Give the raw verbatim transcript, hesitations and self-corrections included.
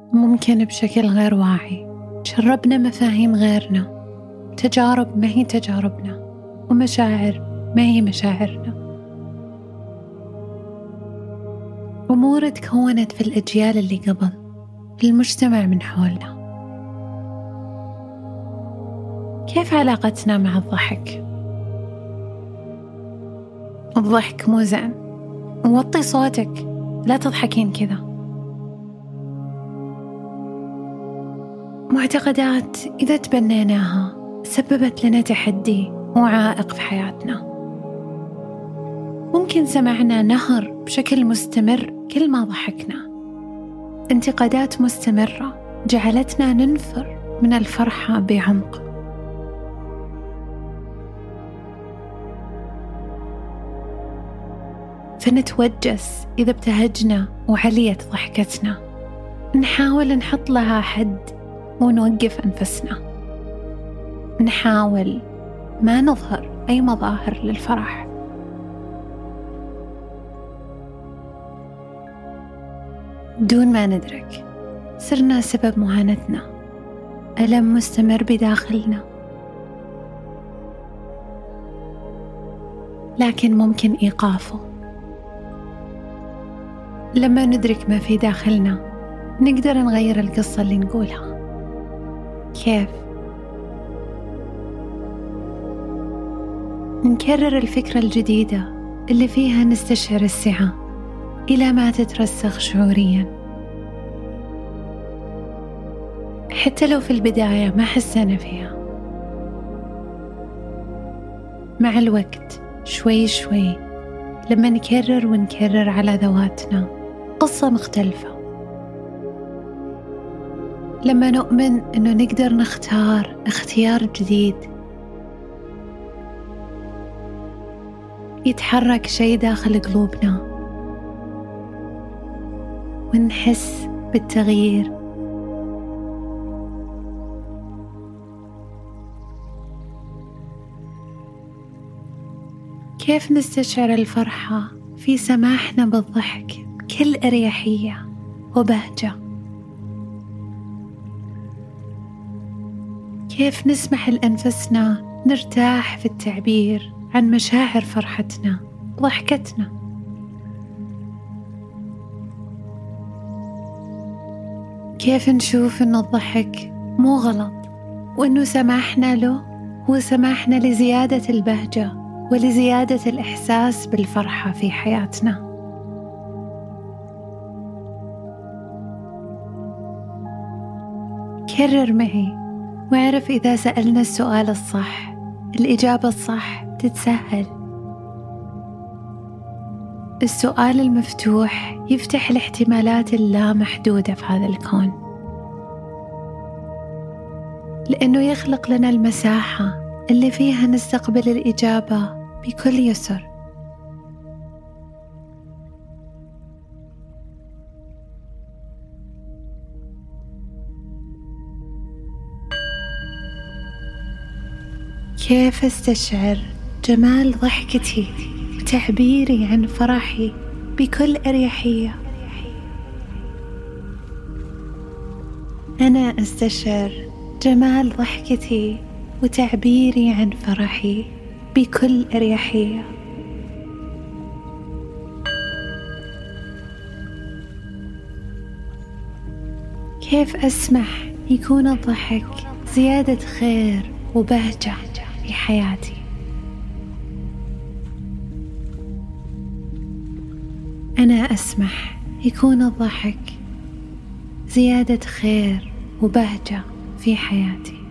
ممكن بشكل غير واعي جربنا مفاهيم غيرنا، تجارب ما هي تجاربنا، ومشاعر ما هي مشاعرنا. أمور تكونت في الأجيال اللي قبل، في المجتمع من حولنا. كيف علاقتنا مع الضحك؟ الضحك مو زين، وطي صوتك، لا تضحكين كذا. معتقدات إذا تبنيناها سببت لنا تحدي وعائق في حياتنا. ممكن سمعنا نهر بشكل مستمر كل ما ضحكنا. انتقادات مستمرة جعلتنا ننفر من الفرحة بعمق. فنتوجس إذا ابتهجنا وعليت ضحكتنا. نحاول نحط لها حد ونوقف أنفسنا. نحاول ما نظهر أي مظاهر للفرح. دون ما ندرك صرنا سبب معاناتنا، ألم مستمر بداخلنا. لكن ممكن إيقافه. لما ندرك ما في داخلنا نقدر نغير القصة اللي نقولها. كيف؟ نكرر الفكرة الجديدة اللي فيها نستشعر السعة إلى ما تترسخ شعوريا، حتى لو في البداية ما حسنا فيها. مع الوقت شوي شوي لما نكرر ونكرر على ذواتنا قصة مختلفة، لما نؤمن أنه نقدر نختار اختيار جديد، يتحرك شيء داخل قلوبنا ونحس بالتغيير. كيف نستشعر الفرحة في سماحنا بالضحك بكل أريحية وبهجة؟ كيف نسمح لأنفسنا نرتاح في التعبير عن مشاعر فرحتنا وضحكتنا؟ كيف نشوف أن الضحك مو غلط، وأنه سماحنا له هو سماحنا لزيادة البهجة ولزيادة الإحساس بالفرحة في حياتنا. كرر معي واعرف إذا سألنا السؤال الصح الإجابة الصح تتسهل. السؤال المفتوح يفتح الاحتمالات اللامحدودة في هذا الكون، لأنه يخلق لنا المساحة اللي فيها نستقبل الإجابة بكل يسر. كيف أستشعر جمال ضحكتي وتعبيري عن فرحي بكل أريحية؟ أنا أستشعر جمال ضحكتي وتعبيري عن فرحي بكل أريحية. كيف أسمح يكون الضحك زيادة خير وبهجة في حياتي؟ أنا أسمح يكون الضحك زيادة خير وبهجة في حياتي.